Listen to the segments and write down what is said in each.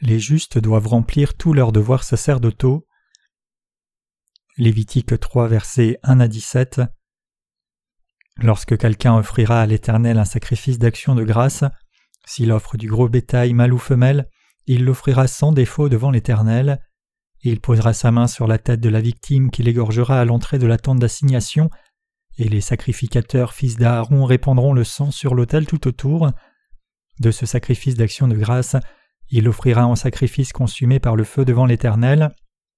les justes doivent remplir tous leurs devoirs sacerdotaux. Lévitique 3, versets 1 à 17. Lorsque quelqu'un offrira à l'Éternel un sacrifice d'action de grâce, s'il offre du gros bétail mâle ou femelle, il l'offrira sans défaut devant l'Éternel. Il posera sa main sur la tête de la victime qu'il égorgera à l'entrée de la tente d'assignation, et les sacrificateurs fils d'Aaron répandront le sang sur l'autel tout autour. De ce sacrifice d'action de grâce, il offrira en sacrifice consumé par le feu devant l'Éternel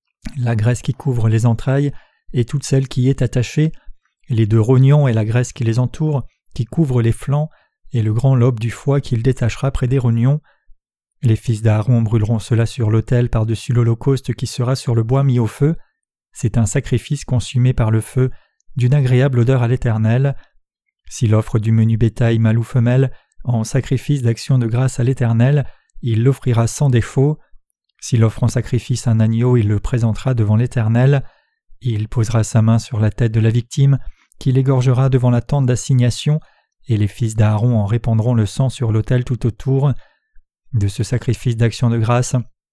la graisse qui couvre les entrailles et toute celle qui y est attachée, les 2 rognons et la graisse qui les entoure, qui couvre les flancs, et le grand lobe du foie qu'il détachera près des rognons. Les fils d'Aaron brûleront cela sur l'autel par-dessus l'holocauste qui sera sur le bois mis au feu. C'est un sacrifice consumé par le feu, d'une agréable odeur à l'Éternel. S'il offre du menu bétail mâle ou femelle, en sacrifice d'action de grâce à l'Éternel, il l'offrira sans défaut. S'il offre en sacrifice un agneau, il le présentera devant l'Éternel. Il posera sa main sur la tête de la victime, qu'il égorgera devant la tente d'assignation, et les fils d'Aaron en répandront le sang sur l'autel tout autour. De ce sacrifice d'action de grâce,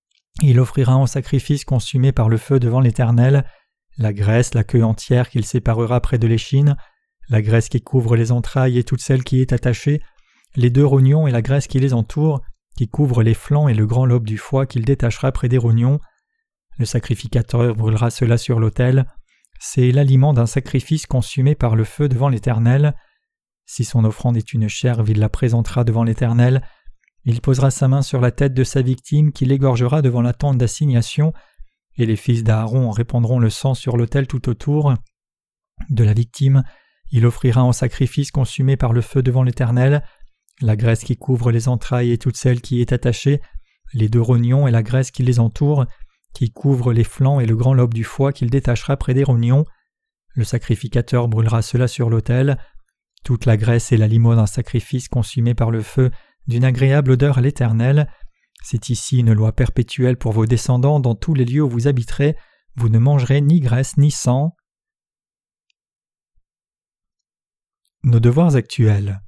il offrira en sacrifice consumé par le feu devant l'Éternel la graisse, la queue entière qu'il séparera près de l'échine, la graisse qui couvre les entrailles et toute celle qui est attachée, les 2 rognons et la graisse qui les entoure, qui couvre les flancs et le grand lobe du foie qu'il détachera près des rognons. Le sacrificateur brûlera cela sur l'autel. C'est l'aliment d'un sacrifice consumé par le feu devant l'Éternel. Si son offrande est une chèvre, il la présentera devant l'Éternel. Il posera sa main sur la tête de sa victime qu'il égorgera devant la tente d'assignation, et les fils d'Aaron en répandront le sang sur l'autel tout autour. De la victime, il offrira en sacrifice consumé par le feu devant l'Éternel la graisse qui couvre les entrailles et toute celle qui est attachée, les 2 rognons et la graisse qui les entoure, qui couvre les flancs et le grand lobe du foie qu'il détachera près des rognons. Le sacrificateur brûlera cela sur l'autel. Toute la graisse est l'aliment d'un sacrifice consumé par le feu, d'une agréable odeur à l'Éternel. C'est ici une loi perpétuelle pour vos descendants dans tous les lieux où vous habiterez. Vous ne mangerez ni graisse ni sang. Nos devoirs actuels.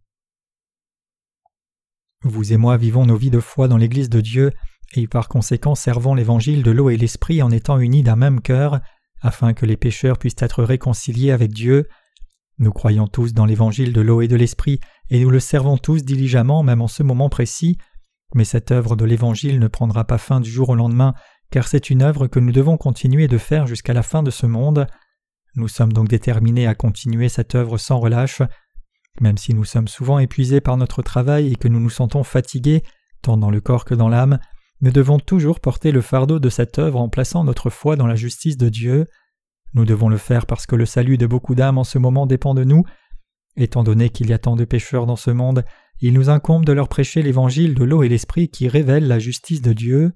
Vous et moi vivons nos vies de foi dans l'Église de Dieu et par conséquent servons l'Évangile de l'eau et l'Esprit en étant unis d'un même cœur, afin que les pécheurs puissent être réconciliés avec Dieu. Nous croyons tous dans l'Évangile de l'eau et de l'Esprit et nous le servons tous diligemment même en ce moment précis, mais cette œuvre de l'Évangile ne prendra pas fin du jour au lendemain, car c'est une œuvre que nous devons continuer de faire jusqu'à la fin de ce monde. Nous sommes donc déterminés à continuer cette œuvre sans relâche. Même si nous sommes souvent épuisés par notre travail et que nous nous sentons fatigués, tant dans le corps que dans l'âme, nous devons toujours porter le fardeau de cette œuvre en plaçant notre foi dans la justice de Dieu. Nous devons le faire parce que le salut de beaucoup d'âmes en ce moment dépend de nous. Étant donné qu'il y a tant de pécheurs dans ce monde, il nous incombe de leur prêcher l'Évangile de l'eau et l'Esprit qui révèle la justice de Dieu.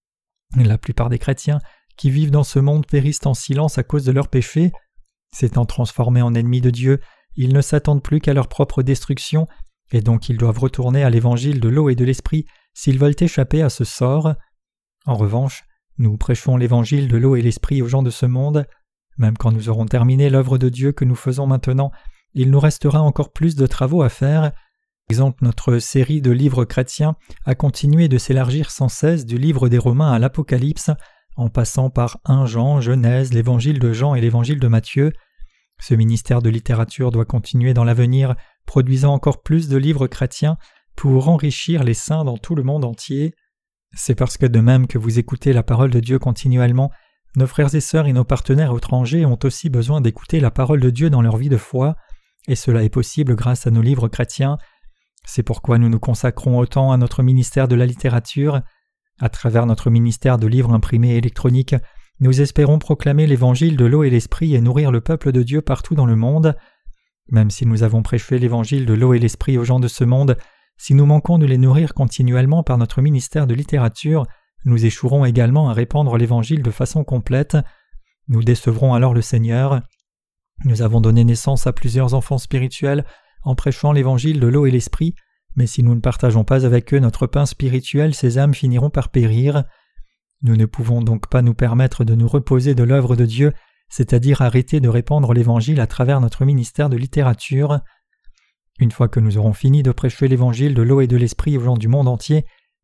La plupart des chrétiens qui vivent dans ce monde périssent en silence à cause de leurs péchés. S'étant transformés en ennemis de Dieu, ils ne s'attendent plus qu'à leur propre destruction, et donc ils doivent retourner à l'Évangile de l'eau et de l'Esprit s'ils veulent échapper à ce sort. En revanche, nous prêchons l'Évangile de l'eau et l'Esprit aux gens de ce monde. Même quand nous aurons terminé l'œuvre de Dieu que nous faisons maintenant, il nous restera encore plus de travaux à faire. Par exemple, notre série de livres chrétiens a continué de s'élargir sans cesse du livre des Romains à l'Apocalypse, en passant par 1 Jean, Genèse, l'Évangile de Jean et l'Évangile de Matthieu. Ce ministère de littérature doit continuer dans l'avenir, produisant encore plus de livres chrétiens pour enrichir les saints dans tout le monde entier. C'est parce que de même que vous écoutez la parole de Dieu continuellement, nos frères et sœurs et nos partenaires étrangers ont aussi besoin d'écouter la parole de Dieu dans leur vie de foi, et cela est possible grâce à nos livres chrétiens. C'est pourquoi nous nous consacrons autant à notre ministère de la littérature. À travers notre ministère de livres imprimés électroniques, nous espérons proclamer l'Évangile de l'eau et l'Esprit et nourrir le peuple de Dieu partout dans le monde. Même si nous avons prêché l'Évangile de l'eau et l'Esprit aux gens de ce monde, si nous manquons de les nourrir continuellement par notre ministère de littérature, nous échouerons également à répandre l'Évangile de façon complète. Nous décevrons alors le Seigneur. Nous avons donné naissance à plusieurs enfants spirituels en prêchant l'Évangile de l'eau et l'Esprit, mais si nous ne partageons pas avec eux notre pain spirituel, ces âmes finiront par périr. Nous ne pouvons donc pas nous permettre de nous reposer de l'œuvre de Dieu, c'est-à-dire arrêter de répandre l'Évangile à travers notre ministère de littérature. Une fois que nous aurons fini de prêcher l'Évangile de l'eau et de l'Esprit aux gens du monde entier,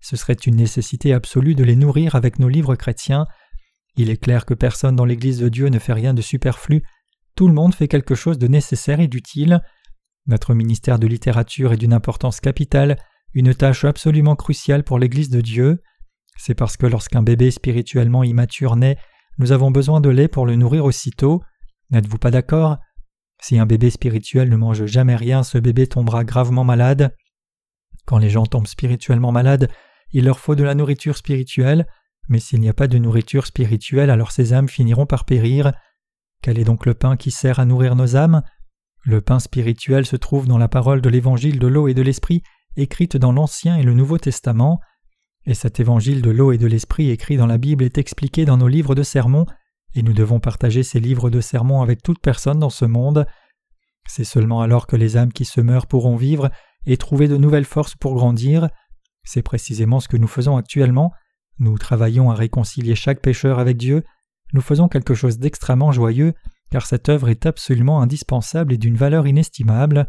ce serait une nécessité absolue de les nourrir avec nos livres chrétiens. Il est clair que personne dans l'Église de Dieu ne fait rien de superflu, tout le monde fait quelque chose de nécessaire et d'utile. Notre ministère de littérature est d'une importance capitale, une tâche absolument cruciale pour l'Église de Dieu. C'est parce que lorsqu'un bébé spirituellement immature naît, nous avons besoin de lait pour le nourrir aussitôt. N'êtes-vous pas d'accord? Si un bébé spirituel ne mange jamais rien, ce bébé tombera gravement malade. Quand les gens tombent spirituellement malades, il leur faut de la nourriture spirituelle, mais s'il n'y a pas de nourriture spirituelle, alors ces âmes finiront par périr. Quel est donc le pain qui sert à nourrir nos âmes? Le pain spirituel se trouve dans la parole de l'évangile de l'eau et de l'esprit, écrite dans l'Ancien et le Nouveau Testament. Et cet évangile de l'eau et de l'esprit écrit dans la Bible est expliqué dans nos livres de sermons, et nous devons partager ces livres de sermons avec toute personne dans ce monde. C'est seulement alors que les âmes qui se meurent pourront vivre et trouver de nouvelles forces pour grandir. C'est précisément ce que nous faisons actuellement. Nous travaillons à réconcilier chaque pécheur avec Dieu. Nous faisons quelque chose d'extrêmement joyeux, car cette œuvre est absolument indispensable et d'une valeur inestimable.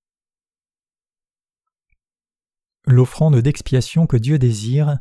L'offrande d'expiation que Dieu désire.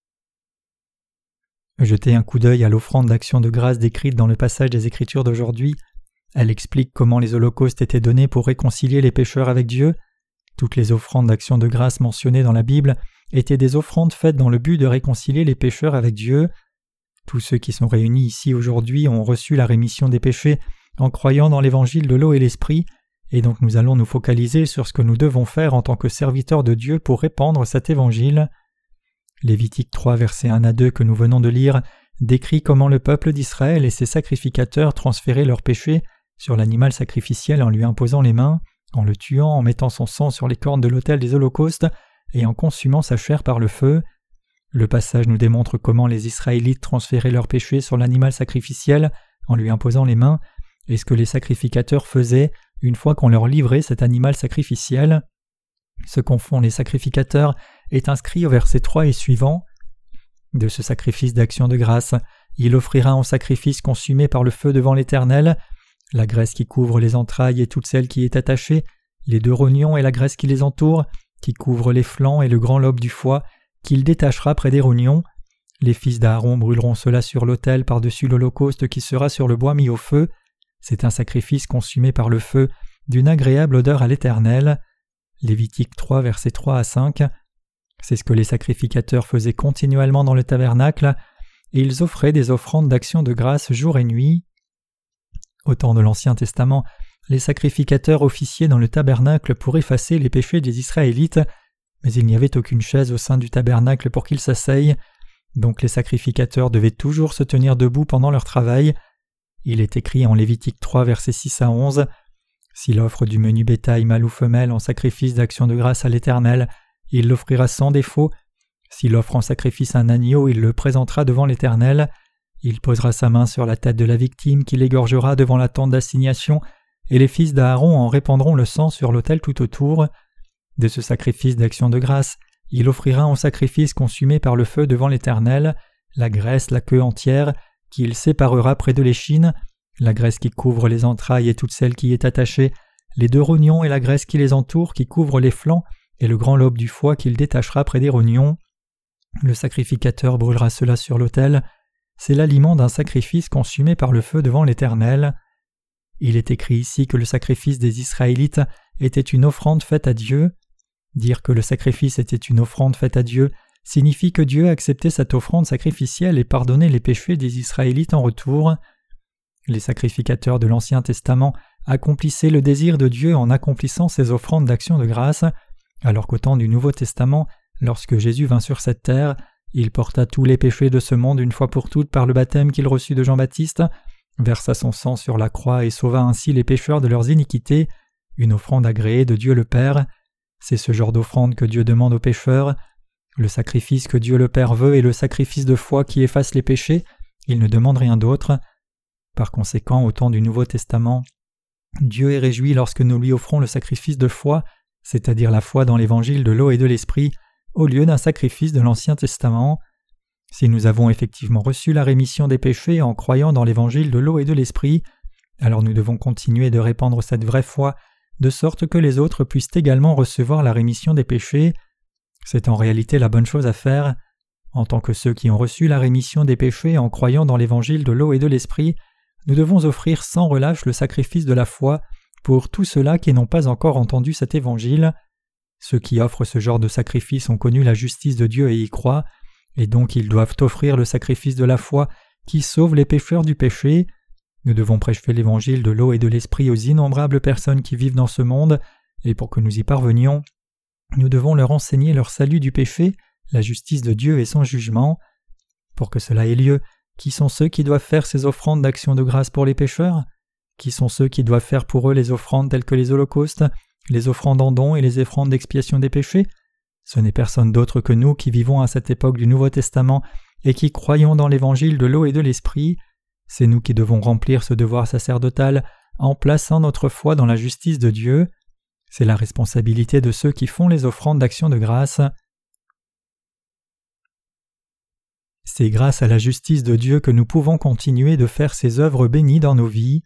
Jetez un coup d'œil à l'offrande d'action de grâce décrite dans le passage des Écritures d'aujourd'hui. Elle explique comment les holocaustes étaient donnés pour réconcilier les pécheurs avec Dieu. Toutes les offrandes d'action de grâce mentionnées dans la Bible étaient des offrandes faites dans le but de réconcilier les pécheurs avec Dieu. Tous ceux qui sont réunis ici aujourd'hui ont reçu la rémission des péchés en croyant dans l'évangile de l'eau et l'esprit, et donc nous allons nous focaliser sur ce que nous devons faire en tant que serviteurs de Dieu pour répandre cet évangile. Lévitique 3, versets 1 à 2 que nous venons de lire décrit comment le peuple d'Israël et ses sacrificateurs transféraient leurs péchés sur l'animal sacrificiel en lui imposant les mains, en le tuant, en mettant son sang sur les cornes de l'autel des holocaustes et en consumant sa chair par le feu. Le passage nous démontre comment les Israélites transféraient leurs péchés sur l'animal sacrificiel en lui imposant les mains, et ce que les sacrificateurs faisaient une fois qu'on leur livrait cet animal sacrificiel. Ce qu'en font les sacrificateurs est inscrit au verset 3 et suivant. De ce sacrifice d'action de grâce, il offrira en sacrifice consumé par le feu devant l'Éternel la graisse qui couvre les entrailles et toute celle qui est attachée, les 2 rognons et la graisse qui les entoure, qui couvre les flancs et le grand lobe du foie, qu'il détachera près des rognons. Les fils d'Aaron brûleront cela sur l'autel par-dessus l'holocauste qui sera sur le bois mis au feu. C'est un sacrifice consumé par le feu, d'une agréable odeur à l'Éternel. Lévitique 3, versets 3 à 5. C'est ce que les sacrificateurs faisaient continuellement dans le tabernacle, et ils offraient des offrandes d'action de grâce jour et nuit. Au temps de l'Ancien Testament, les sacrificateurs officiaient dans le tabernacle pour effacer les péchés des Israélites, mais il n'y avait aucune chaise au sein du tabernacle pour qu'ils s'asseyent, donc les sacrificateurs devaient toujours se tenir debout pendant leur travail. Il est écrit en Lévitique 3, versets 6 à 11, « S'il offre du menu bétail mâle ou femelle en sacrifice d'action de grâce à l'Éternel, il l'offrira sans défaut. S'il offre en sacrifice un agneau, il le présentera devant l'Éternel. Il posera sa main sur la tête de la victime qu'il égorgera devant la tente d'assignation, et les fils d'Aaron en répandront le sang sur l'autel tout autour. De ce sacrifice d'action de grâce, il offrira en sacrifice consumé par le feu devant l'Éternel la graisse, la queue entière, qu'il séparera près de l'échine, la graisse qui couvre les entrailles et toute celle qui est attachée, les 2 rognons et la graisse qui les entoure, qui couvre les flancs, et le grand lobe du foie qu'il détachera près des rognons. Le sacrificateur brûlera cela sur l'autel. C'est l'aliment d'un sacrifice consumé par le feu devant l'Éternel. Il est écrit ici que le sacrifice des Israélites était une offrande faite à Dieu. Dire que le sacrifice était une offrande faite à Dieu signifie que Dieu acceptait cette offrande sacrificielle et pardonnait les péchés des Israélites en retour. Les sacrificateurs de l'Ancien Testament accomplissaient le désir de Dieu en accomplissant ces offrandes d'action de grâce, alors qu'au temps du Nouveau Testament, lorsque Jésus vint sur cette terre, il porta tous les péchés de ce monde une fois pour toutes par le baptême qu'il reçut de Jean-Baptiste, versa son sang sur la croix et sauva ainsi les pécheurs de leurs iniquités, une offrande agréée de Dieu le Père. C'est ce genre d'offrande que Dieu demande aux pécheurs. Le sacrifice que Dieu le Père veut est le sacrifice de foi qui efface les péchés, il ne demande rien d'autre. Par conséquent, au temps du Nouveau Testament, Dieu est réjoui lorsque nous lui offrons le sacrifice de foi, c'est-à-dire la foi dans l'évangile de l'eau et de l'esprit, au lieu d'un sacrifice de l'Ancien Testament. Si nous avons effectivement reçu la rémission des péchés en croyant dans l'évangile de l'eau et de l'esprit, alors nous devons continuer de répandre cette vraie foi, de sorte que les autres puissent également recevoir la rémission des péchés. C'est en réalité la bonne chose à faire. En tant que ceux qui ont reçu la rémission des péchés en croyant dans l'évangile de l'eau et de l'esprit, nous devons offrir sans relâche le sacrifice de la foi pour tous ceux-là qui n'ont pas encore entendu cet évangile. Ceux qui offrent ce genre de sacrifice ont connu la justice de Dieu et y croient, et donc ils doivent offrir le sacrifice de la foi qui sauve les pécheurs du péché. Nous devons prêcher l'évangile de l'eau et de l'esprit aux innombrables personnes qui vivent dans ce monde, et pour que nous y parvenions, nous devons leur enseigner leur salut du péché, la justice de Dieu et son jugement. Pour que cela ait lieu, qui sont ceux qui doivent faire ces offrandes d'action de grâce pour les pécheurs? Qui sont ceux qui doivent faire pour eux les offrandes telles que les holocaustes, les offrandes en dons et les offrandes d'expiation des péchés? Ce n'est personne d'autre que nous qui vivons à cette époque du Nouveau Testament et qui croyons dans l'évangile de l'eau et de l'esprit. C'est nous qui devons remplir ce devoir sacerdotal en plaçant notre foi dans la justice de Dieu. C'est la responsabilité de ceux qui font les offrandes d'action de grâce. C'est grâce à la justice de Dieu que nous pouvons continuer de faire ses œuvres bénies dans nos vies.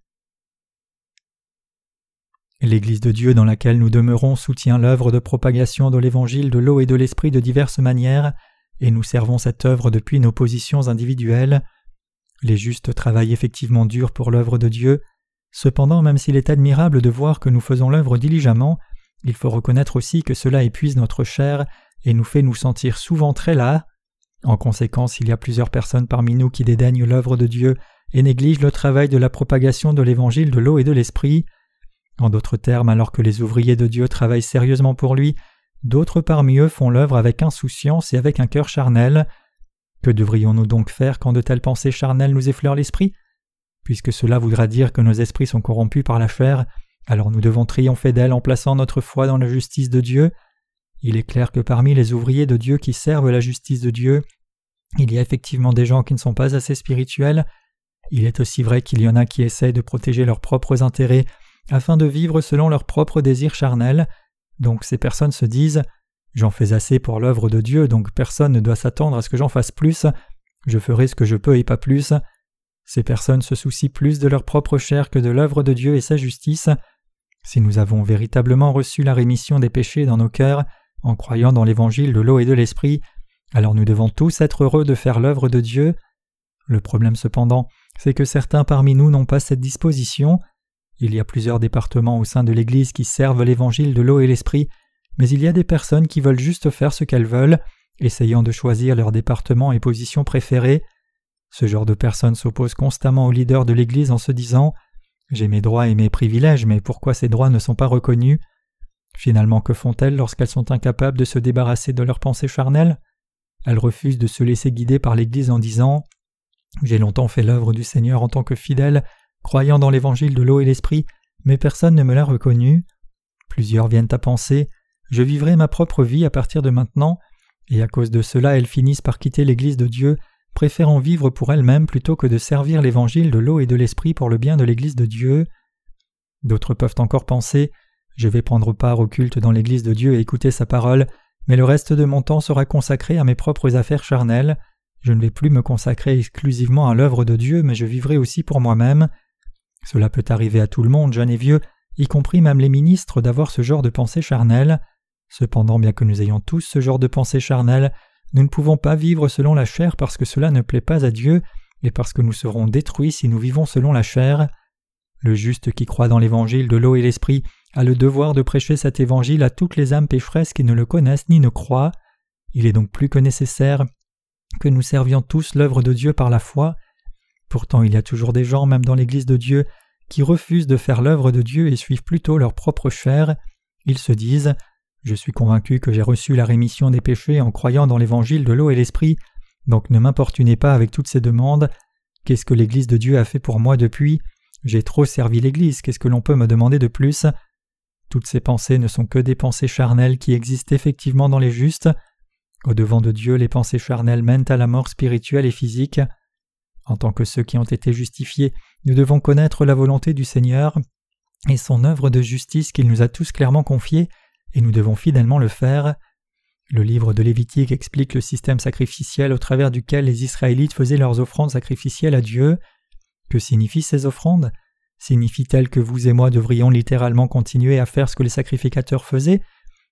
L'Église de Dieu dans laquelle nous demeurons soutient l'œuvre de propagation de l'évangile de l'eau et de l'esprit de diverses manières, et nous servons cette œuvre depuis nos positions individuelles. Les justes travaillent effectivement dur pour l'œuvre de Dieu. Cependant, même s'il est admirable de voir que nous faisons l'œuvre diligemment, il faut reconnaître aussi que cela épuise notre chair et nous fait nous sentir souvent très las. En conséquence, il y a plusieurs personnes parmi nous qui dédaignent l'œuvre de Dieu et négligent le travail de la propagation de l'évangile de l'eau et de l'esprit. En d'autres termes, alors que les ouvriers de Dieu travaillent sérieusement pour lui, d'autres parmi eux font l'œuvre avec insouciance et avec un cœur charnel. Que devrions-nous donc faire quand de telles pensées charnelles nous effleurent l'esprit? Puisque cela voudra dire que nos esprits sont corrompus par la chair, alors nous devons triompher d'elle en plaçant notre foi dans la justice de Dieu. Il est clair que parmi les ouvriers de Dieu qui servent la justice de Dieu, il y a effectivement des gens qui ne sont pas assez spirituels. Il est aussi vrai qu'il y en a qui essayent de protéger leurs propres intérêts afin de vivre selon leurs propres désirs charnels. Donc ces personnes se disent « J'en fais assez pour l'œuvre de Dieu, donc personne ne doit s'attendre à ce que j'en fasse plus. Je ferai ce que je peux et pas plus. » Ces personnes se soucient plus de leur propre chair que de l'œuvre de Dieu et sa justice. Si nous avons véritablement reçu la rémission des péchés dans nos cœurs, en croyant dans l'évangile de l'eau et de l'esprit, alors nous devons tous être heureux de faire l'œuvre de Dieu. Le problème cependant, c'est que certains parmi nous n'ont pas cette disposition. Il y a plusieurs départements au sein de l'Église qui servent l'évangile de l'eau et l'esprit, mais il y a des personnes qui veulent juste faire ce qu'elles veulent, essayant de choisir leur département et position préférée. Ce genre de personnes s'oppose constamment aux leaders de l'Église en se disant « J'ai mes droits et mes privilèges, mais pourquoi ces droits ne sont pas reconnus ?» Finalement, que font-elles lorsqu'elles sont incapables de se débarrasser de leurs pensées charnelles? Elles refusent de se laisser guider par l'Église en disant « J'ai longtemps fait l'œuvre du Seigneur en tant que fidèle, croyant dans l'évangile de l'eau et l'esprit, mais personne ne me l'a reconnu. » Plusieurs viennent à penser « Je vivrai ma propre vie à partir de maintenant », et à cause de cela elles finissent par quitter l'Église de Dieu, préférant vivre pour elles-mêmes plutôt que de servir l'évangile de l'eau et de l'esprit pour le bien de l'Église de Dieu. D'autres peuvent encore penser « Je vais prendre part au culte dans l'Église de Dieu et écouter sa parole, mais le reste de mon temps sera consacré à mes propres affaires charnelles. Je ne vais plus me consacrer exclusivement à l'œuvre de Dieu, mais je vivrai aussi pour moi-même. » Cela peut arriver à tout le monde, jeune et vieux, y compris même les ministres, d'avoir ce genre de pensée charnelle. Cependant, bien que nous ayons tous ce genre de pensée charnelle, nous ne pouvons pas vivre selon la chair parce que cela ne plaît pas à Dieu et parce que nous serons détruits si nous vivons selon la chair. Le juste qui croit dans l'évangile de l'eau et l'esprit a le devoir de prêcher cet évangile à toutes les âmes pécheresses qui ne le connaissent ni ne croient. Il est donc plus que nécessaire que nous servions tous l'œuvre de Dieu par la foi. Pourtant, il y a toujours des gens, même dans l'Église de Dieu, qui refusent de faire l'œuvre de Dieu et suivent plutôt leur propre chair. Ils se disent « Je suis convaincu que j'ai reçu la rémission des péchés en croyant dans l'évangile de l'eau et l'esprit, donc ne m'importunez pas avec toutes ces demandes. Qu'est-ce que l'Église de Dieu a fait pour moi depuis ? J'ai trop servi l'Église, qu'est-ce que l'on peut me demander de plus ?» Toutes ces pensées ne sont que des pensées charnelles qui existent effectivement dans les justes. Au-devant de Dieu, les pensées charnelles mènent à la mort spirituelle et physique. En tant que ceux qui ont été justifiés, nous devons connaître la volonté du Seigneur et son œuvre de justice qu'il nous a tous clairement confiée, et nous devons fidèlement le faire. Le livre de Lévitique explique le système sacrificiel au travers duquel les Israélites faisaient leurs offrandes sacrificielles à Dieu. Que signifient ces offrandes ? Signifie-t-elle que vous et moi devrions littéralement continuer à faire ce que les sacrificateurs faisaient ?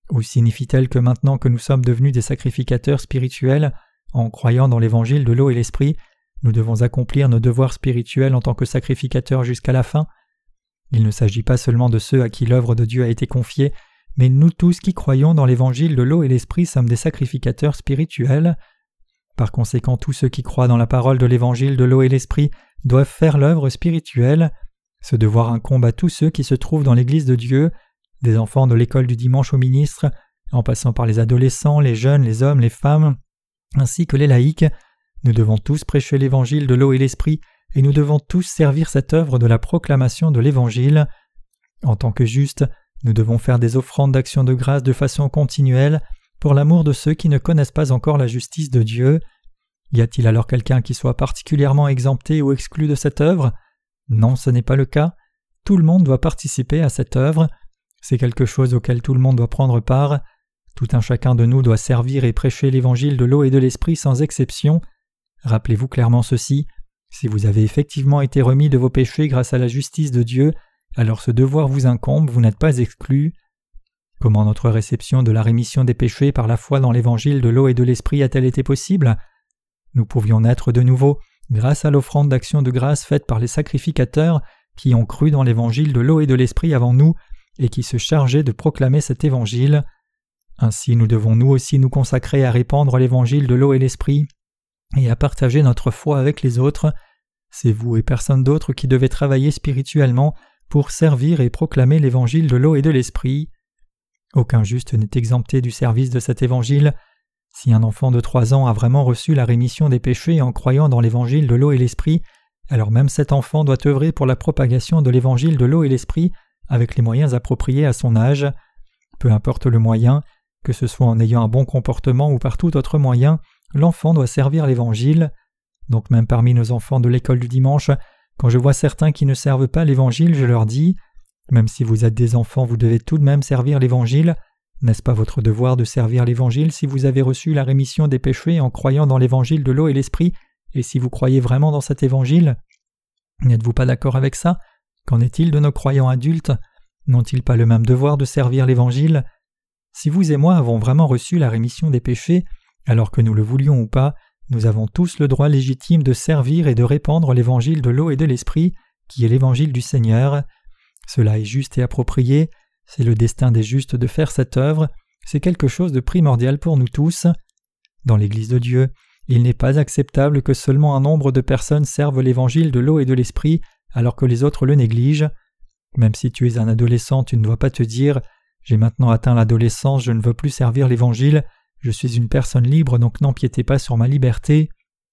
Ou signifie-t-elle que maintenant que nous sommes devenus des sacrificateurs spirituels, en croyant dans l'évangile de l'eau et l'esprit, nous devons accomplir nos devoirs spirituels en tant que sacrificateurs jusqu'à la fin? Il ne s'agit pas seulement de ceux à qui l'œuvre de Dieu a été confiée, mais nous tous qui croyons dans l'évangile de l'eau et l'esprit sommes des sacrificateurs spirituels. Par conséquent, tous ceux qui croient dans la parole de l'évangile de l'eau et l'esprit doivent faire l'œuvre spirituelle. Ce devoir incombe à tous ceux qui se trouvent dans l'Église de Dieu, des enfants de l'école du dimanche aux ministres, en passant par les adolescents, les jeunes, les hommes, les femmes, ainsi que les laïcs. Nous devons tous prêcher l'évangile de l'eau et l'esprit, et nous devons tous servir cette œuvre de la proclamation de l'évangile. En tant que justes, nous devons faire des offrandes d'action de grâce de façon continuelle pour l'amour de ceux qui ne connaissent pas encore la justice de Dieu. Y a-t-il alors quelqu'un qui soit particulièrement exempté ou exclu de cette œuvre? Non, ce n'est pas le cas. Tout le monde doit participer à cette œuvre. C'est quelque chose auquel tout le monde doit prendre part. Tout un chacun de nous doit servir et prêcher l'évangile de l'eau et de l'esprit sans exception. Rappelez-vous clairement ceci: si vous avez effectivement été remis de vos péchés grâce à la justice de Dieu, alors ce devoir vous incombe, vous n'êtes pas exclus. Comment notre réception de la rémission des péchés par la foi dans l'évangile de l'eau et de l'esprit a-t-elle été possible? Nous pouvions naître de nouveau grâce à l'offrande d'action de grâce faite par les sacrificateurs qui ont cru dans l'évangile de l'eau et de l'esprit avant nous et qui se chargeaient de proclamer cet évangile. Ainsi nous devons nous aussi nous consacrer à répandre l'évangile de l'eau et l'esprit et à partager notre foi avec les autres. C'est vous et personne d'autre qui devez travailler spirituellement pour servir et proclamer l'évangile de l'eau et de l'esprit. Aucun juste n'est exempté du service de cet évangile. Si un enfant de 3 ans a vraiment reçu la rémission des péchés en croyant dans l'évangile de l'eau et l'esprit, alors même cet enfant doit œuvrer pour la propagation de l'évangile de l'eau et l'esprit avec les moyens appropriés à son âge. Peu importe le moyen, que ce soit en ayant un bon comportement ou par tout autre moyen, l'enfant doit servir l'évangile. Donc même parmi nos enfants de l'école du dimanche, quand je vois certains qui ne servent pas l'évangile, je leur dis « Même si vous êtes des enfants, vous devez tout de même servir l'évangile. N'est-ce pas votre devoir de servir l'évangile si vous avez reçu la rémission des péchés en croyant dans l'évangile de l'eau et l'esprit, et si vous croyez vraiment dans cet évangile? N'êtes-vous pas d'accord avec ça? Qu'en est-il de nos croyants adultes? N'ont-ils pas le même devoir de servir l'évangile? Si vous et moi avons vraiment reçu la rémission des péchés, alors que nous le voulions ou pas, nous avons tous le droit légitime de servir et de répandre l'évangile de l'eau et de l'esprit, qui est l'évangile du Seigneur. Cela est juste et approprié, c'est le destin des justes de faire cette œuvre, c'est quelque chose de primordial pour nous tous. Dans l'Église de Dieu, il n'est pas acceptable que seulement un nombre de personnes servent l'évangile de l'eau et de l'esprit, alors que les autres le négligent. Même si tu es un adolescent, tu ne dois pas te dire « J'ai maintenant atteint l'adolescence, je ne veux plus servir l'évangile, je suis une personne libre, donc n'empiétez pas sur ma liberté. »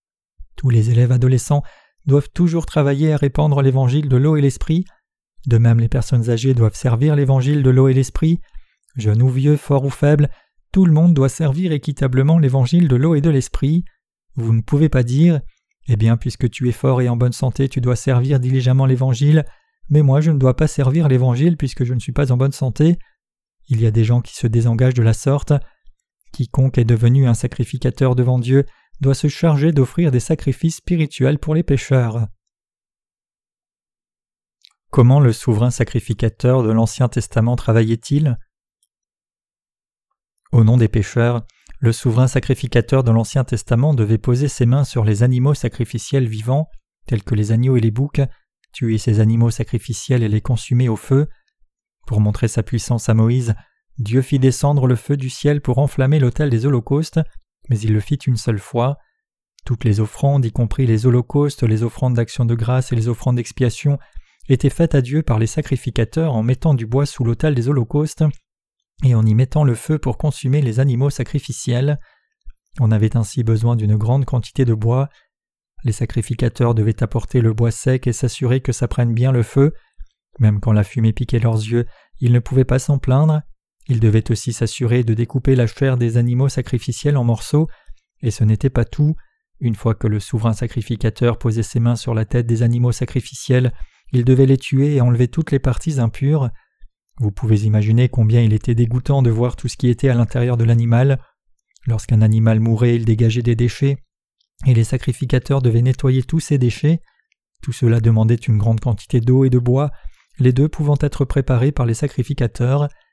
Tous les élèves adolescents doivent toujours travailler à répandre l'évangile de l'eau et l'esprit. De même, les personnes âgées doivent servir l'évangile de l'eau et l'esprit. Jeunes ou vieux, forts ou faibles, tout le monde doit servir équitablement l'évangile de l'eau et de l'esprit. Vous ne pouvez pas dire « Eh bien, puisque tu es fort et en bonne santé, tu dois servir diligemment l'évangile, mais moi je ne dois pas servir l'évangile puisque je ne suis pas en bonne santé. » Il y a des gens qui se désengagent de la sorte. Quiconque est devenu un sacrificateur devant Dieu doit se charger d'offrir des sacrifices spirituels pour les pécheurs. Comment le souverain sacrificateur de l'Ancien Testament travaillait-il? Au nom des pécheurs, le souverain sacrificateur de l'Ancien Testament devait poser ses mains sur les animaux sacrificiels vivants, tels que les agneaux et les boucs, tuer ces animaux sacrificiels et les consumer au feu. Pour montrer sa puissance à Moïse, Dieu fit descendre le feu du ciel pour enflammer l'autel des holocaustes, mais il le fit une seule fois. Toutes les offrandes, y compris les holocaustes, les offrandes d'action de grâce et les offrandes d'expiation, étaient faites à Dieu par les sacrificateurs en mettant du bois sous l'autel des holocaustes et en y mettant le feu pour consumer les animaux sacrificiels. On avait ainsi besoin d'une grande quantité de bois. Les sacrificateurs devaient apporter le bois sec et s'assurer que ça prenne bien le feu. Même quand la fumée piquait leurs yeux, ils ne pouvaient pas s'en plaindre. Ils devaient aussi s'assurer de découper la chair des animaux sacrificiels en morceaux. Et ce n'était pas tout. Une fois que le souverain sacrificateur posait ses mains sur la tête des animaux sacrificiels, il devait les tuer et enlever toutes les parties impures. Vous pouvez imaginer combien il était dégoûtant de voir tout ce qui était à l'intérieur de l'animal. Lorsqu'un animal mourait, il dégageait des déchets, et les sacrificateurs devaient nettoyer tous ces déchets. Tout cela demandait une grande quantité d'eau et de bois, les deux pouvant être préparés par les sacrificateurs.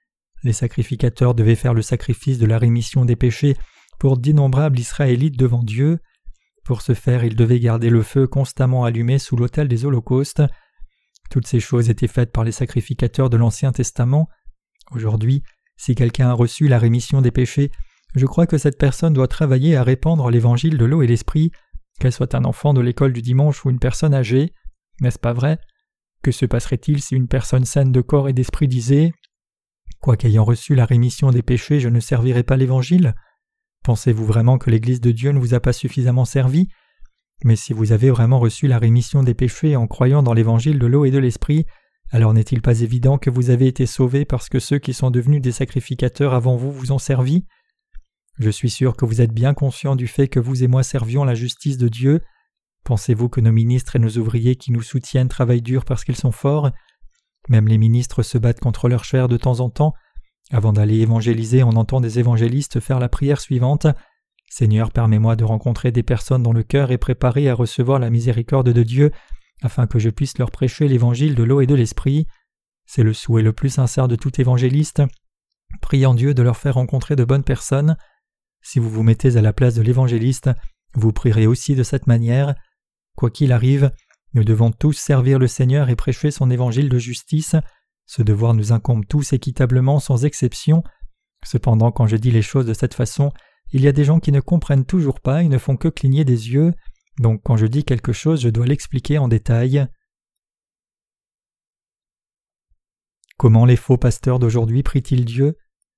Les sacrificateurs devaient faire le sacrifice de la rémission des péchés pour d'innombrables Israélites devant Dieu. Pour ce faire, ils devaient garder le feu constamment allumé sous l'autel des holocaustes. Toutes ces choses étaient faites par les sacrificateurs de l'Ancien Testament. Aujourd'hui, si quelqu'un a reçu la rémission des péchés, je crois que cette personne doit travailler à répandre l'évangile de l'eau et l'esprit, qu'elle soit un enfant de l'école du dimanche ou une personne âgée. N'est-ce pas vrai? Que se passerait-il si une personne saine de corps et d'esprit disait « Quoiqu'ayant reçu la rémission des péchés, je ne servirai pas l'Évangile » Pensez-vous vraiment que l'Église de Dieu ne vous a pas suffisamment servi? Mais si vous avez vraiment reçu la rémission des péchés en croyant dans l'Évangile de l'eau et de l'esprit, alors n'est-il pas évident que vous avez été sauvés parce que ceux qui sont devenus des sacrificateurs avant vous vous ont servi? Je suis sûr que vous êtes bien conscients du fait que vous et moi servions la justice de Dieu. Pensez-vous que nos ministres et nos ouvriers qui nous soutiennent travaillent dur parce qu'ils sont forts? Même les ministres se battent contre leur chair de temps en temps. Avant d'aller évangéliser, on entend des évangélistes faire la prière suivante. « Seigneur, permets-moi de rencontrer des personnes dont le cœur est préparé à recevoir la miséricorde de Dieu, afin que je puisse leur prêcher l'évangile de l'eau et de l'esprit. » C'est le souhait le plus sincère de tout évangéliste, priant Dieu de leur faire rencontrer de bonnes personnes. Si vous vous mettez à la place de l'évangéliste, vous prierez aussi de cette manière. Quoi qu'il arrive, nous devons tous servir le Seigneur et prêcher son évangile de justice. Ce devoir nous incombe tous équitablement sans exception. Cependant, quand je dis les choses de cette façon, il y a des gens qui ne comprennent toujours pas et ne font que cligner des yeux. Donc quand je dis quelque chose, je dois l'expliquer en détail. Comment les faux pasteurs d'aujourd'hui prient-ils Dieu?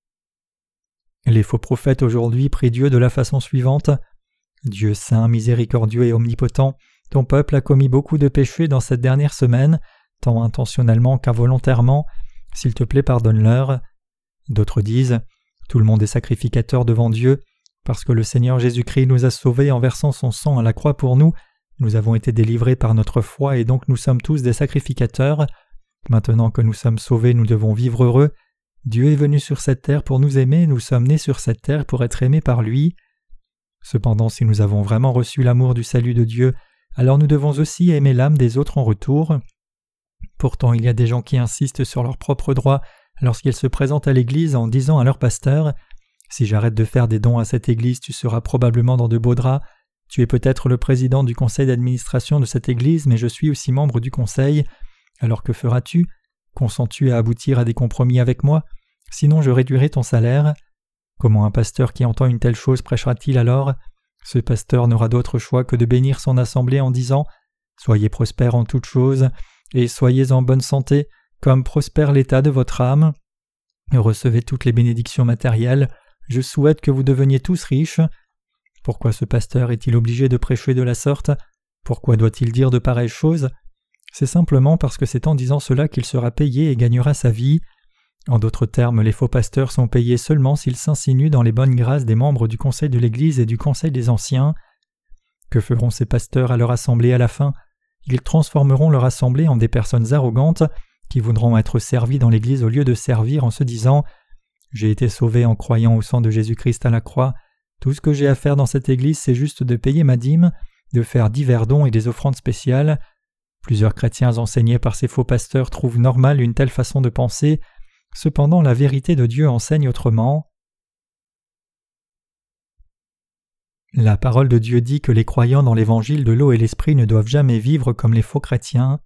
Les faux prophètes aujourd'hui prient Dieu de la façon suivante. « Dieu saint, miséricordieux et omnipotent, ton peuple a commis beaucoup de péchés dans cette dernière semaine, tant intentionnellement qu'involontairement. S'il te plaît, pardonne-leur. » D'autres disent « Tout le monde est sacrificateur devant Dieu. Parce que le Seigneur Jésus-Christ nous a sauvés en versant son sang à la croix pour nous, nous avons été délivrés par notre foi et donc nous sommes tous des sacrificateurs. Maintenant que nous sommes sauvés, nous devons vivre heureux. Dieu est venu sur cette terre pour nous aimer, nous sommes nés sur cette terre pour être aimés par lui. » Cependant, si nous avons vraiment reçu l'amour du salut de Dieu, alors nous devons aussi aimer l'âme des autres en retour. Pourtant, il y a des gens qui insistent sur leurs propres droits lorsqu'ils se présentent à l'église en disant à leur pasteur « Si j'arrête de faire des dons à cette église, tu seras probablement dans de beaux draps. Tu es peut-être le président du conseil d'administration de cette église, mais je suis aussi membre du conseil. Alors que feras-tu? Consens-tu à aboutir à des compromis avec moi? Sinon je réduirai ton salaire. » Comment un pasteur qui entend une telle chose prêchera-t-il alors? Ce pasteur n'aura d'autre choix que de bénir son assemblée en disant « Soyez prospères en toutes choses, et soyez en bonne santé, comme prospère l'état de votre âme. Recevez toutes les bénédictions matérielles. Je souhaite que vous deveniez tous riches. » Pourquoi ce pasteur est-il obligé de prêcher de la sorte? Pourquoi doit-il dire de pareilles choses? C'est simplement parce que c'est en disant cela qu'il sera payé et gagnera sa vie. En d'autres termes, les faux pasteurs sont payés seulement s'ils s'insinuent dans les bonnes grâces des membres du conseil de l'Église et du conseil des anciens. Que feront ces pasteurs à leur assemblée à la fin? Ils transformeront leur assemblée en des personnes arrogantes qui voudront être servies dans l'Église au lieu de servir en se disant « J'ai été sauvé en croyant au sang de Jésus-Christ à la croix. Tout ce que j'ai à faire dans cette Église, c'est juste de payer ma dîme, de faire divers dons et des offrandes spéciales. » Plusieurs chrétiens enseignés par ces faux pasteurs trouvent normal une telle façon de penser. Cependant, la vérité de Dieu enseigne autrement. La parole de Dieu dit que les croyants dans l'évangile de l'eau et l'esprit ne doivent jamais vivre comme les faux chrétiens.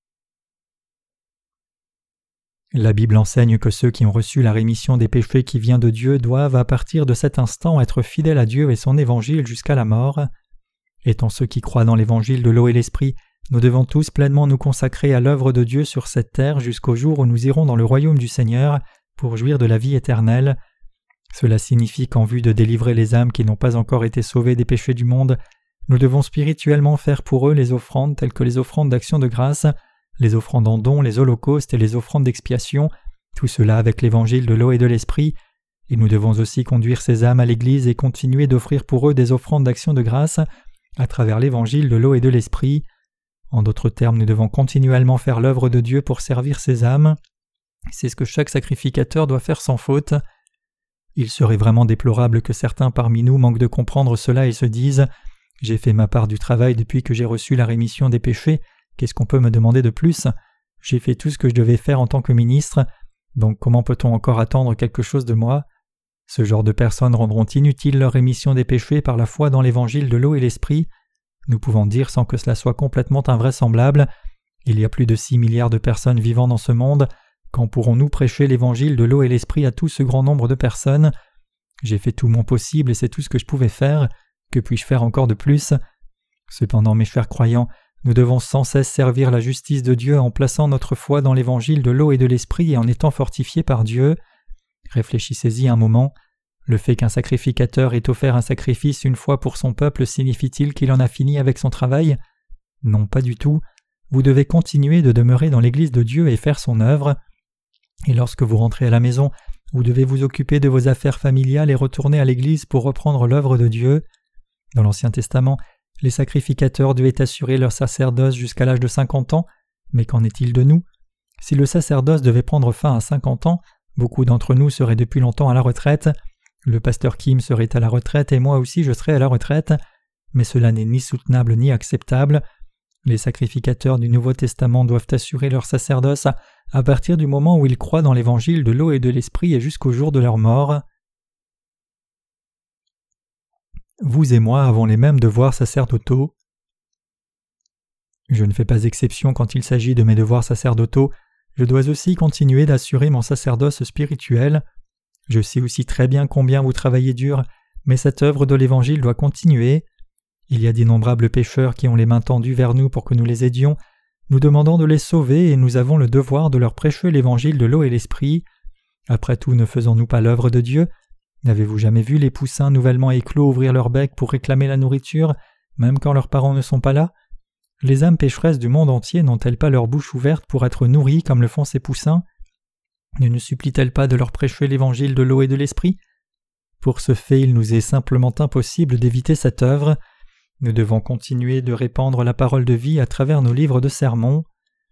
La Bible enseigne que ceux qui ont reçu la rémission des péchés qui vient de Dieu doivent, à partir de cet instant, être fidèles à Dieu et son évangile jusqu'à la mort. Étant ceux qui croient dans l'évangile de l'eau et l'esprit, nous devons tous pleinement nous consacrer à l'œuvre de Dieu sur cette terre jusqu'au jour où nous irons dans le royaume du Seigneur pour jouir de la vie éternelle. Cela signifie qu'en vue de délivrer les âmes qui n'ont pas encore été sauvées des péchés du monde, nous devons spirituellement faire pour eux les offrandes telles que les offrandes d'action de grâce, les offrandes en dons, les holocaustes et les offrandes d'expiation, tout cela avec l'évangile de l'eau et de l'esprit, et nous devons aussi conduire ces âmes à l'Église et continuer d'offrir pour eux des offrandes d'action de grâce à travers l'évangile de l'eau et de l'esprit. En d'autres termes, nous devons continuellement faire l'œuvre de Dieu pour servir ces âmes. C'est ce que chaque sacrificateur doit faire sans faute. Il serait vraiment déplorable que certains parmi nous manquent de comprendre cela et se disent « J'ai fait ma part du travail depuis que j'ai reçu la rémission des péchés, qu'est-ce qu'on peut me demander de plus? J'ai fait tout ce que je devais faire en tant que ministre. Donc comment peut-on encore attendre quelque chose de moi ? Ce genre de personnes rendront inutile leur rémission des péchés par la foi dans l'évangile de l'eau et l'esprit. Nous pouvons dire sans que cela soit complètement invraisemblable, il y a plus de 6 milliards de personnes vivant dans ce monde, quand pourrons-nous prêcher l'évangile de l'eau et l'esprit à tout ce grand nombre de personnes ? J'ai fait tout mon possible et c'est tout ce que je pouvais faire. Que puis-je faire encore de plus ? Cependant, mes chers croyants, nous devons sans cesse servir la justice de Dieu en plaçant notre foi dans l'évangile de l'eau et de l'esprit et en étant fortifiés par Dieu. Réfléchissez-y un moment. Le fait qu'un sacrificateur ait offert un sacrifice une fois pour son peuple signifie-t-il qu'il en a fini avec son travail ? Non, pas du tout. Vous devez continuer de demeurer dans l'Église de Dieu et faire son œuvre. Et lorsque vous rentrez à la maison, vous devez vous occuper de vos affaires familiales et retourner à l'Église pour reprendre l'œuvre de Dieu. Dans l'Ancien Testament, les sacrificateurs devaient assurer leur sacerdoce jusqu'à l'âge de 50 ans, mais qu'en est-il de nous ? Si le sacerdoce devait prendre fin à 50 ans, beaucoup d'entre nous seraient depuis longtemps à la retraite. Le pasteur Kim serait à la retraite et moi aussi je serais à la retraite, mais cela n'est ni soutenable ni acceptable. Les sacrificateurs du Nouveau Testament doivent assurer leur sacerdoce à partir du moment où ils croient dans l'évangile de l'eau et de l'esprit et jusqu'au jour de leur mort. Vous et moi avons les mêmes devoirs sacerdotaux. Je ne fais pas exception quand il s'agit de mes devoirs sacerdotaux, je dois aussi continuer d'assurer mon sacerdoce spirituel. Je sais aussi très bien combien vous travaillez dur, mais cette œuvre de l'Évangile doit continuer. Il y a d'innombrables pécheurs qui ont les mains tendues vers nous pour que nous les aidions. Nous demandons de les sauver et nous avons le devoir de leur prêcher l'Évangile de l'eau et l'Esprit. Après tout, ne faisons-nous pas l'œuvre de Dieu ? N'avez-vous jamais vu les poussins nouvellement éclos ouvrir leur bec pour réclamer la nourriture, même quand leurs parents ne sont pas là ? Les âmes pécheresses du monde entier n'ont-elles pas leur bouche ouverte pour être nourries comme le font ces poussins ? Ne nous supplie-t-elle pas de leur prêcher l'évangile de l'eau et de l'esprit ? Pour ce fait, il nous est simplement impossible d'éviter cette œuvre. Nous devons continuer de répandre la parole de vie à travers nos livres de sermons.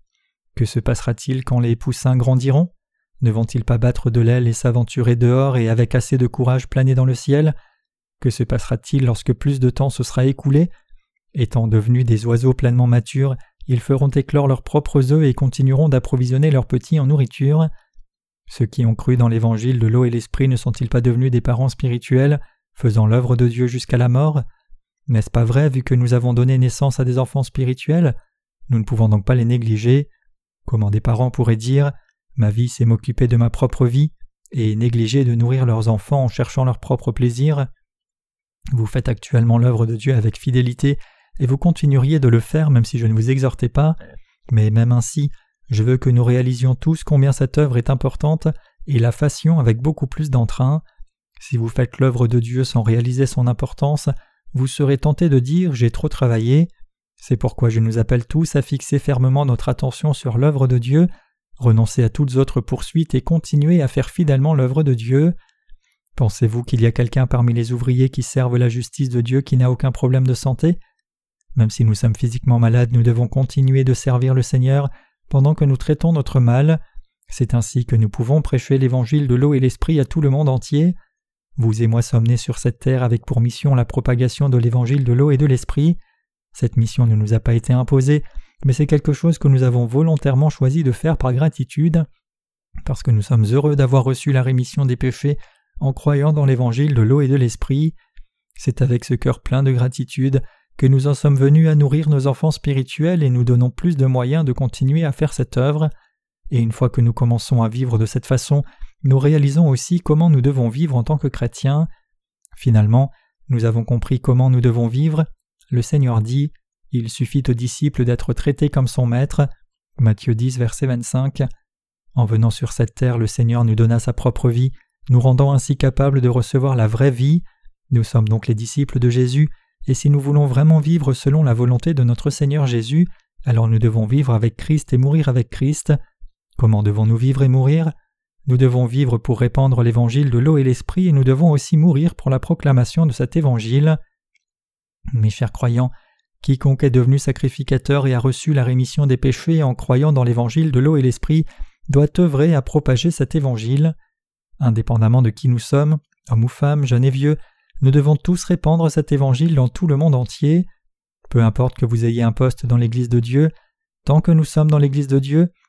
Que se passera-t-il quand les poussins grandiront ? Ne vont-ils pas battre de l'aile et s'aventurer dehors et avec assez de courage planer dans le ciel ? Que se passera-t-il lorsque plus de temps se sera écoulé ? Étant devenus des oiseaux pleinement matures, ils feront éclore leurs propres œufs et continueront d'approvisionner leurs petits en nourriture. Ceux qui ont cru dans l'évangile de l'eau et l'esprit ne sont-ils pas devenus des parents spirituels, faisant l'œuvre de Dieu jusqu'à la mort ? N'est-ce pas vrai vu que nous avons donné naissance à des enfants spirituels ? Nous ne pouvons donc pas les négliger. Comment des parents pourraient dire « Ma vie c'est m'occuper de ma propre vie » et négliger de nourrir leurs enfants en cherchant leur propre plaisir ? Vous faites actuellement l'œuvre de Dieu avec fidélité et vous continueriez de le faire même si je ne vous exhortais pas, mais même ainsi, je veux que nous réalisions tous combien cette œuvre est importante et la fassions avec beaucoup plus d'entrain. Si vous faites l'œuvre de Dieu sans réaliser son importance, vous serez tenté de dire « j'ai trop travaillé ». C'est pourquoi je nous appelle tous à fixer fermement notre attention sur l'œuvre de Dieu, renoncer à toutes autres poursuites et continuer à faire fidèlement l'œuvre de Dieu. Pensez-vous qu'il y a quelqu'un parmi les ouvriers qui servent la justice de Dieu qui n'a aucun problème de santé ? Même si nous sommes physiquement malades, nous devons continuer de servir le Seigneur pendant que nous traitons notre mal. C'est ainsi que nous pouvons prêcher l'évangile de l'eau et l'esprit à tout le monde entier. Vous et moi sommes nés sur cette terre avec pour mission la propagation de l'évangile de l'eau et de l'esprit. Cette mission ne nous a pas été imposée, mais c'est quelque chose que nous avons volontairement choisi de faire par gratitude, parce que nous sommes heureux d'avoir reçu la rémission des péchés en croyant dans l'évangile de l'eau et de l'esprit. C'est avec ce cœur plein de gratitude que nous en sommes venus à nourrir nos enfants spirituels et nous donnons plus de moyens de continuer à faire cette œuvre. Et une fois que nous commençons à vivre de cette façon, nous réalisons aussi comment nous devons vivre en tant que chrétiens. Finalement, nous avons compris comment nous devons vivre. Le Seigneur dit « Il suffit aux disciples d'être traités comme son maître » Matthieu 10, verset 25. En venant sur cette terre, le Seigneur nous donna sa propre vie, nous rendant ainsi capables de recevoir la vraie vie. Nous sommes donc les disciples de Jésus, et si nous voulons vraiment vivre selon la volonté de notre Seigneur Jésus, alors nous devons vivre avec Christ et mourir avec Christ. Comment devons-nous vivre et mourir ? Nous devons vivre pour répandre l'évangile de l'eau et l'esprit et nous devons aussi mourir pour la proclamation de cet évangile. Mes chers croyants, quiconque est devenu sacrificateur et a reçu la rémission des péchés en croyant dans l'évangile de l'eau et l'esprit doit œuvrer à propager cet évangile. Indépendamment de qui nous sommes, hommes ou femmes, jeunes et vieux, nous devons tous répandre cet évangile dans tout le monde entier. Peu importe que vous ayez un poste dans l'Église de Dieu, tant que nous sommes dans l'Église de Dieu,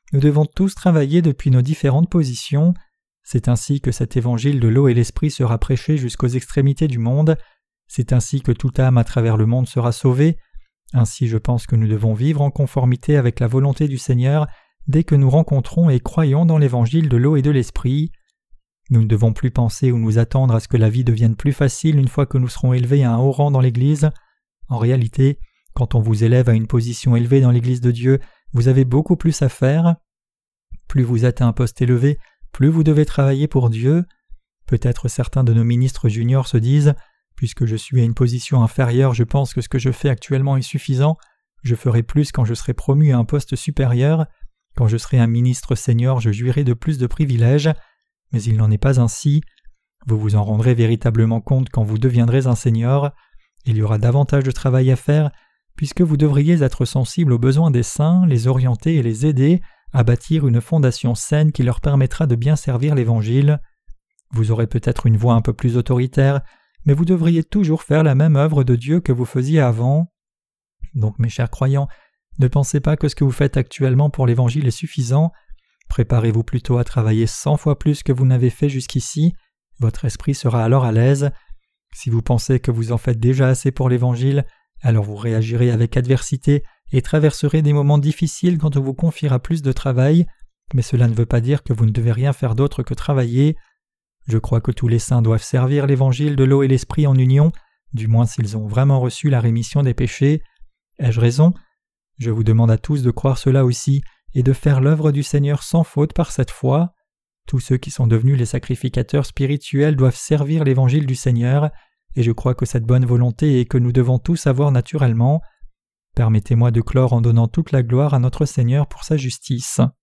nous devons tous travailler depuis nos différentes positions. C'est ainsi que cet évangile de l'eau et l'esprit sera prêché jusqu'aux extrémités du monde. C'est ainsi que toute âme à travers le monde sera sauvée. Ainsi je pense que nous devons vivre en conformité avec la volonté du Seigneur dès que nous rencontrons et croyons dans l'évangile de l'eau et de l'esprit. Nous ne devons plus penser ou nous attendre à ce que la vie devienne plus facile une fois que nous serons élevés à un haut rang dans l'Église. En réalité, quand on vous élève à une position élevée dans l'Église de Dieu, vous avez beaucoup plus à faire. Plus vous êtes à un poste élevé, plus vous devez travailler pour Dieu. Peut-être certains de nos ministres juniors se disent « Puisque je suis à une position inférieure, je pense que ce que je fais actuellement est suffisant. Je ferai plus quand je serai promu à un poste supérieur. Quand je serai un ministre senior, je jouirai de plus de privilèges. » Mais il n'en est pas ainsi. Vous vous en rendrez véritablement compte quand vous deviendrez un senior. Il y aura davantage de travail à faire, puisque vous devriez être sensible aux besoins des saints, les orienter et les aider à bâtir une fondation saine qui leur permettra de bien servir l'Évangile. Vous aurez peut-être une voix un peu plus autoritaire, mais vous devriez toujours faire la même œuvre de Dieu que vous faisiez avant. Donc mes chers croyants, ne pensez pas que ce que vous faites actuellement pour l'Évangile est suffisant. Préparez-vous plutôt à travailler 100 fois plus que vous n'avez fait jusqu'ici. Votre esprit sera alors à l'aise. Si vous pensez que vous en faites déjà assez pour l'Évangile, alors vous réagirez avec adversité et traverserez des moments difficiles quand on vous confiera plus de travail, mais cela ne veut pas dire que vous ne devez rien faire d'autre que travailler. Je crois que tous les saints doivent servir l'Évangile de l'eau et l'esprit en union, du moins s'ils ont vraiment reçu la rémission des péchés. Ai-je raison? Je vous demande à tous de croire cela aussi et de faire l'œuvre du Seigneur sans faute par cette foi. Tous ceux qui sont devenus les sacrificateurs spirituels doivent servir l'Évangile du Seigneur, et je crois que cette bonne volonté est que nous devons tous avoir naturellement. Permettez-moi de clore en donnant toute la gloire à notre Seigneur pour sa justice.